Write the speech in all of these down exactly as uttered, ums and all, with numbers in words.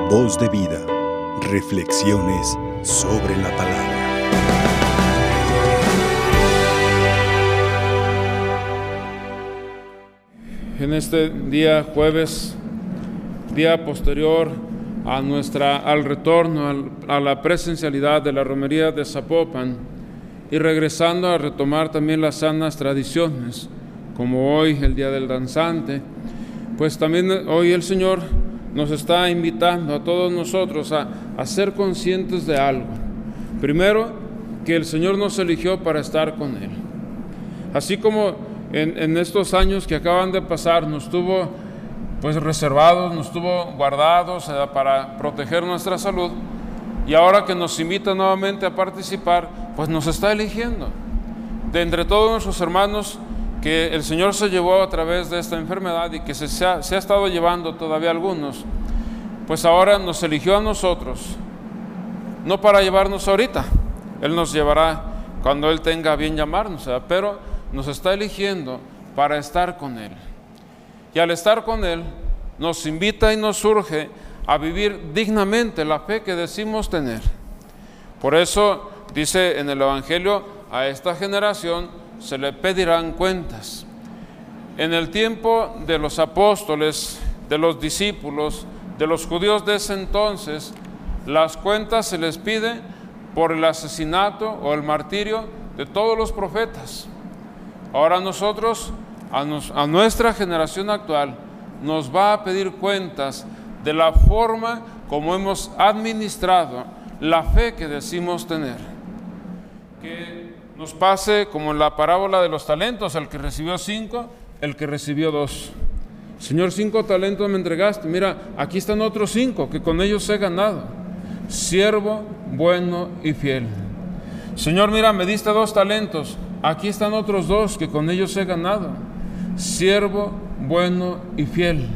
Voz de vida, reflexiones sobre la palabra. En este día jueves, día posterior a nuestra, al retorno al, a la presencialidad de la romería de Zapopan y regresando a retomar también las sanas tradiciones, como hoy el Día del Danzante, pues también hoy el Señor nos está invitando a todos nosotros a, a ser conscientes de algo. Primero, que el Señor nos eligió para estar con Él. Así como en, en estos años que acaban de pasar nos tuvo pues reservados, nos tuvo guardados eh, para proteger nuestra salud, y ahora que nos invita nuevamente a participar, pues nos está eligiendo. De entre todos nuestros hermanos que el Señor se llevó a través de esta enfermedad y que se, se, ha, se ha estado llevando todavía algunos, pues ahora nos eligió a nosotros, no para llevarnos ahorita, Él nos llevará cuando Él tenga a bien llamarnos, ¿verdad? Pero nos está eligiendo para estar con Él. Y al estar con Él, nos invita y nos urge a vivir dignamente la fe que decimos tener. Por eso dice en el Evangelio, a esta generación se le pedirán cuentas. En el tiempo de los apóstoles, de los discípulos, de los judíos de ese entonces, las cuentas se les pide por el asesinato o el martirio de todos los profetas. Ahora nosotros, a, nos, a nuestra generación actual, nos va a pedir cuentas de la forma como hemos administrado la fe que decimos tener. Que nos pase como en la parábola de los talentos, el que recibió cinco, el que recibió dos. Señor, cinco talentos me entregaste, mira, aquí están otros cinco, que con ellos he ganado. Siervo bueno y fiel. Señor, mira, me diste dos talentos, aquí están otros dos, que con ellos he ganado. Siervo bueno y fiel.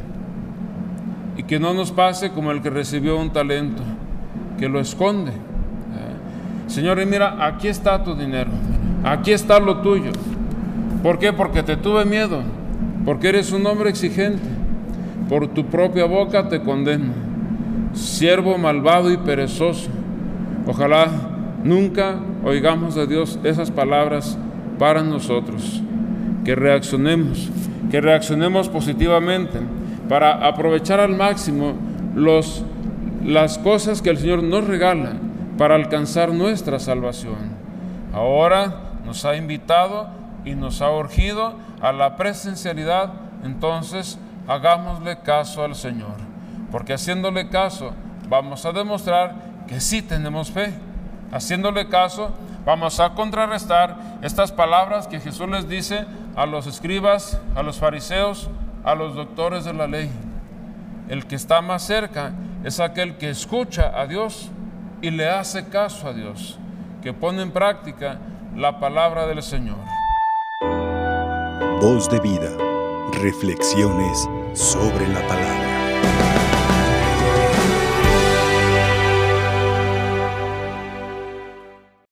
Y que no nos pase como el que recibió un talento, que lo esconde. Señor, y mira, aquí está tu dinero, aquí está lo tuyo. ¿Por qué? Porque te tuve miedo, porque eres un hombre exigente, por tu propia boca te condeno. Siervo malvado y perezoso. Ojalá nunca oigamos de Dios esas palabras para nosotros. Que reaccionemos, que reaccionemos positivamente para aprovechar al máximo los, las cosas que el Señor nos regala para alcanzar nuestra salvación. Ahora nos ha invitado y nos ha urgido a la presencialidad, entonces hagámosle caso al Señor, porque haciéndole caso vamos a demostrar que sí tenemos fe. Haciéndole caso vamos a contrarrestar estas palabras que Jesús les dice a los escribas, a los fariseos, a los doctores de la ley. El que está más cerca es aquel que escucha a Dios y le hace caso a Dios, que pone en práctica la palabra del Señor. Voz de vida, reflexiones sobre la palabra.